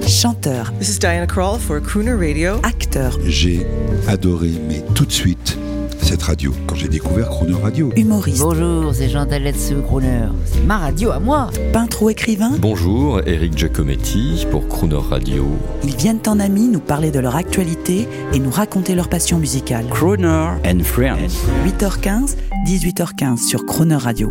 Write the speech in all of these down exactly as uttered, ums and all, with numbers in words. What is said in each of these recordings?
Chanteur. This is Diana Krall for Crooner Radio. Acteur. J'ai adoré, mais tout de suite, cette radio, quand j'ai découvert Crooner Radio. Humoriste. Bonjour, c'est Jean Taletsu, Crooner. C'est ma radio à moi. Peintre ou écrivain. Bonjour, Eric Giacometti pour Crooner Radio. Ils viennent en amis nous parler de leur actualité et nous raconter leur passion musicale. Crooner and Friends. huit heures quinze, dix-huit heures quinze sur Crooner Radio.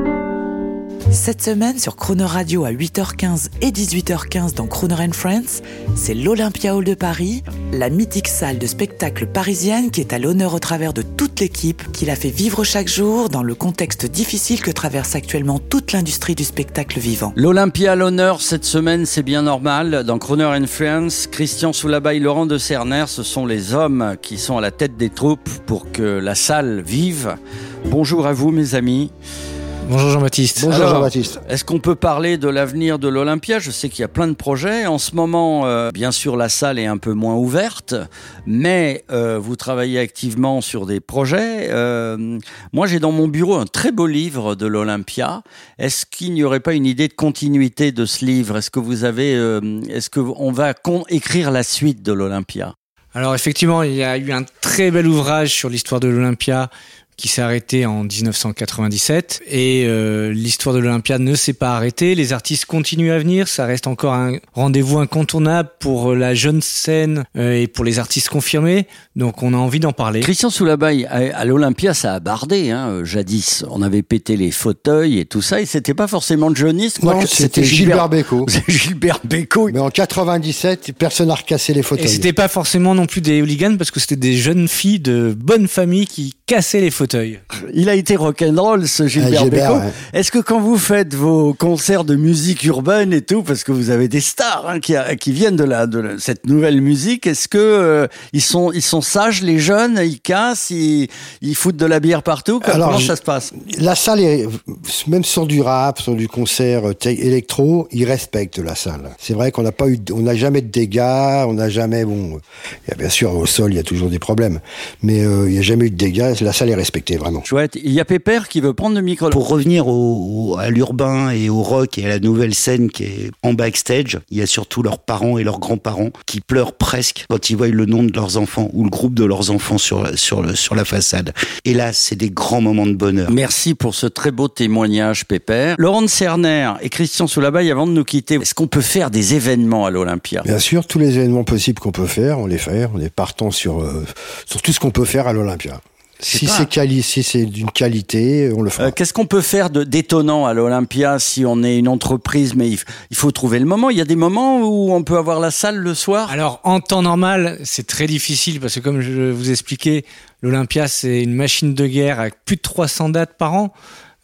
Cette semaine sur Crooner Radio à huit heures quinze et dix-huit heures quinze dans Crooner and Friends, c'est l'Olympia Hall de Paris, la mythique salle de spectacle parisienne qui est à l'honneur au travers de toute l'équipe qui l'a fait vivre chaque jour dans le contexte difficile que traverse actuellement toute l'industrie du spectacle vivant. L'Olympia à l'honneur cette semaine, c'est bien normal. Dans Crooner and Friends, Christian Soulabaille, Laurent de Cerner, ce sont les hommes qui sont à la tête des troupes pour que la salle vive. Bonjour à vous mes amis. Bonjour Jean-Baptiste. Bonjour Alors, Jean-Baptiste. Est-ce qu'on peut parler de l'avenir de l'Olympia ? Je sais qu'il y a plein de projets. En ce moment, euh, bien sûr, la salle est un peu moins ouverte, mais euh, vous travaillez activement sur des projets. Euh, moi, j'ai dans mon bureau un très beau livre de l'Olympia. Est-ce qu'il n'y aurait pas une idée de continuité de ce livre ? Est-ce que vous avez, euh, est-ce qu'on va con- écrire la suite de l'Olympia ? Alors effectivement, il y a eu un très bel ouvrage sur l'histoire de l'Olympia qui s'est arrêté en dix-neuf cent quatre-vingt-dix-sept et euh, l'histoire de l'Olympia ne s'est pas arrêtée. Les artistes continuent à venir, ça reste encore un rendez-vous incontournable pour la jeune scène euh, et pour les artistes confirmés, donc on a envie d'en parler. Christian Soulabaille, à, à l'Olympia, ça a bardé, hein, jadis. On avait pété les fauteuils et tout ça, et c'était pas forcément Johniste. Non, c'était Gilbert Bécaud. Gilbert Bécaud. Mais en quatre-vingt-dix-sept, personne n'a recassé les fauteuils. Et c'était pas forcément non plus des hooligans parce que c'était des jeunes filles de bonne famille qui cassaient les fauteuils. Il a été rock'n'roll, ce Gilbert, ah, Gilbert Bécaud. Ouais. Est-ce que quand vous faites vos concerts de musique urbaine et tout, parce que vous avez des stars hein, qui, qui viennent de, la, de la, cette nouvelle musique, est-ce que euh, ils sont ils sont sages les jeunes, ils cassent, ils, ils foutent de la bière partout? Comment, Alors, comment ça se passe? La salle est, même sur du rap, sur du concert électro, ils respectent la salle. C'est vrai qu'on n'a pas eu, on n'a jamais de dégâts, on n'a jamais bon, il y a bien sûr au sol il y a toujours des problèmes, mais euh, il n'y a jamais eu de dégâts. La salle est respectée vraiment. Chouette. Il y a Pépère qui veut prendre le micro. Pour revenir au, au, à l'urbain et au rock et à la nouvelle scène qui est en backstage, il y a surtout leurs parents et leurs grands-parents qui pleurent presque quand ils voient le nom de leurs enfants ou le groupe de leurs enfants sur, sur, le, sur la façade. Et là, c'est des grands moments de bonheur. Merci pour ce très beau témoignage, Pépère. Laurent de Cerner et Christian Soulabaille, avant de nous quitter, est-ce qu'on peut faire des événements à l'Olympia ? Bien sûr, tous les événements possibles qu'on peut faire, on les fait. On est partant sur, euh, sur tout ce qu'on peut faire à l'Olympia. Si c'est, quali- si c'est d'une qualité, on le fera. Euh, qu'est-ce qu'on peut faire de d'étonnant à l'Olympia si on est une entreprise, mais il, f- il faut trouver le moment. Il y a des moments où on peut avoir la salle le soir. Alors, en temps normal, c'est très difficile parce que comme je vous expliquais, l'Olympia, c'est une machine de guerre avec plus de trois cents dates par an.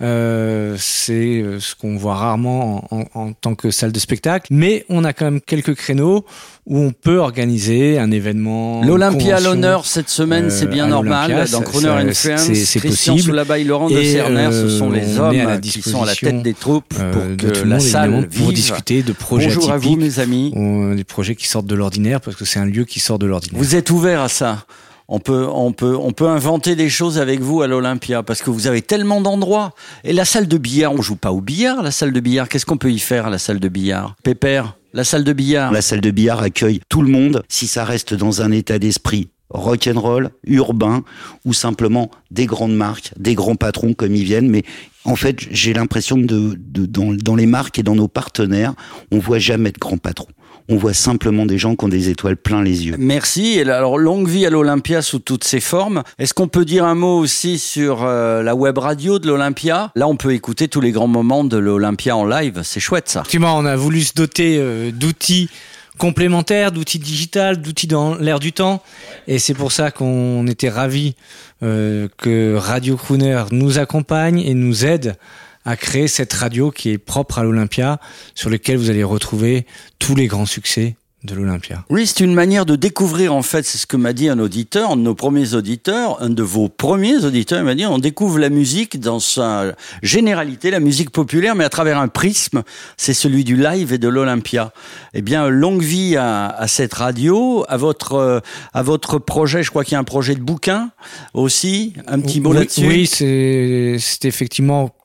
Euh, c'est ce qu'on voit rarement en, en, en tant que salle de spectacle, mais on a quand même quelques créneaux où on peut organiser un événement. L'Olympia à l'honneur cette semaine, euh, c'est bien normal. Dans Crooner and Friends, c'est, c'est Christian possible. Soulabaille, Laurent de Cerner, euh, ce sont les hommes qui sont à la tête des troupes pour euh, que la salle vive. Pour discuter de projets Bonjour atypiques, à vous, mes amis. On, des projets qui sortent de l'ordinaire parce que c'est un lieu qui sort de l'ordinaire. Vous êtes ouvert à ça? On peut, on peut, on peut inventer des choses avec vous à l'Olympia parce que vous avez tellement d'endroits. Et la salle de billard, on joue pas au billard, la salle de billard. Qu'est-ce qu'on peut y faire à la salle de billard? Pépère, la salle de billard. La salle de billard accueille tout le monde si ça reste dans un état d'esprit rock'n'roll, urbain ou simplement des grandes marques, des grands patrons comme ils viennent. Mais en fait, j'ai l'impression de, de dans, dans les marques et dans nos partenaires, on voit jamais de grands patrons. On voit simplement des gens qui ont des étoiles plein les yeux. Merci. Et alors, longue vie à l'Olympia sous toutes ses formes. Est-ce qu'on peut dire un mot aussi sur euh, la web radio de l'Olympia ? Là, on peut écouter tous les grands moments de l'Olympia en live. C'est chouette, ça. Effectivement, on a voulu se doter euh, d'outils complémentaires, d'outils digitales, d'outils dans l'air du temps. Et c'est pour ça qu'on était ravis euh, que Radio Crooner nous accompagne et nous aide à créer cette radio qui est propre à l'Olympia, sur laquelle vous allez retrouver tous les grands succès de l'Olympia. Oui, c'est une manière de découvrir, en fait, c'est ce que m'a dit un auditeur, un de nos premiers auditeurs, un de vos premiers auditeurs, il m'a dit, on découvre la musique dans sa généralité, la musique populaire, mais à travers un prisme, c'est celui du live et de l'Olympia. Eh bien, longue vie à, à cette radio, à votre, à votre projet, je crois qu'il y a un projet de bouquin aussi, un petit mot oui, là-dessus. Oui, c'est, c'est effectivement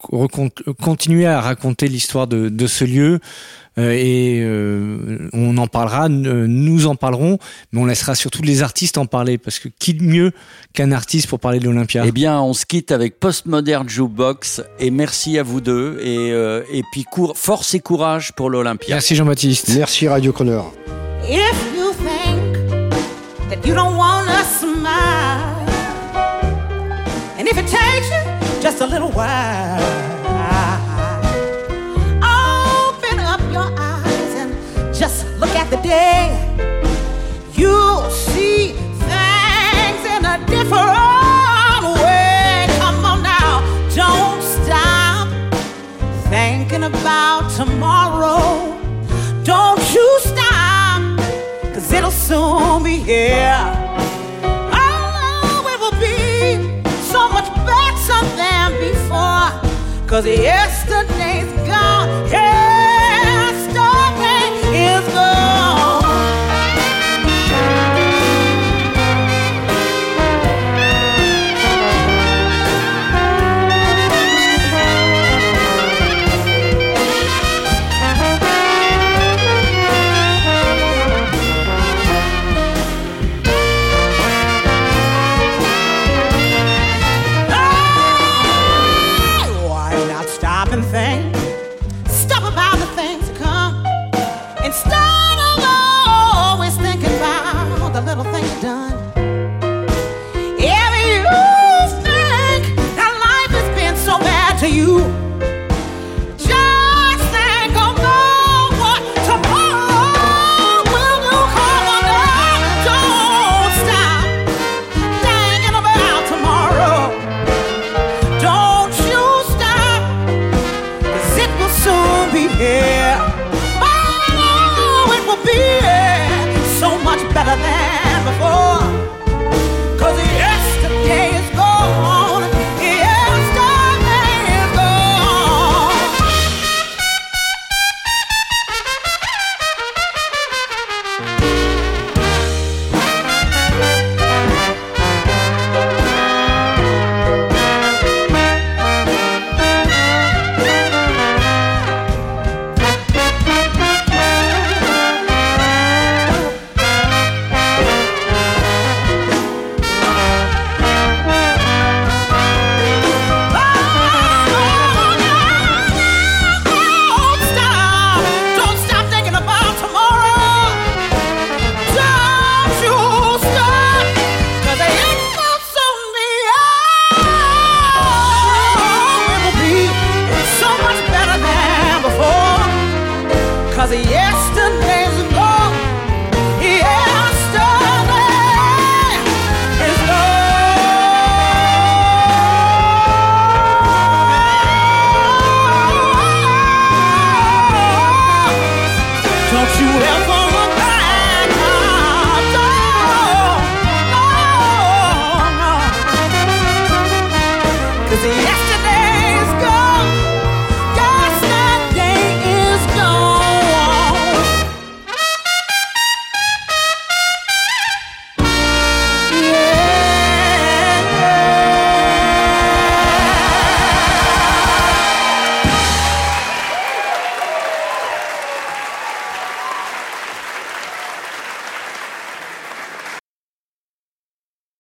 recont- continuer à raconter l'histoire de, de ce lieu. Euh, et euh, on en parlera, nous en parlerons, mais on laissera surtout les artistes en parler, parce que qui de mieux qu'un artiste pour parler de l'Olympia? Eh bien, on se quitte avec Postmodern Jukebox, et merci à vous deux, et, euh, et puis cour- force et courage pour l'Olympia. Merci Jean-Baptiste. Merci Radio Crooner. If you think that you don't want to smile, and if it takes you just a little while, open up your eyes and just look at the day. You'll see things in a different way. Come on now, don't stop thinking about tomorrow. Don't you stop, 'cause it'll soon be here. Oh, it will be so much better than before, 'cause yesterday's gone, yesterday is gone. And think, stop about the things to come, instead of always thinking about the little things you've done. If you think that life has been so bad to you, just think about what tomorrow will do. Come on now, don't stop thinking about tomorrow. Don't you soon be here. Oh, it will be so much better than before, 'cause yesterday is gone. Yesterday is gone. Yesterday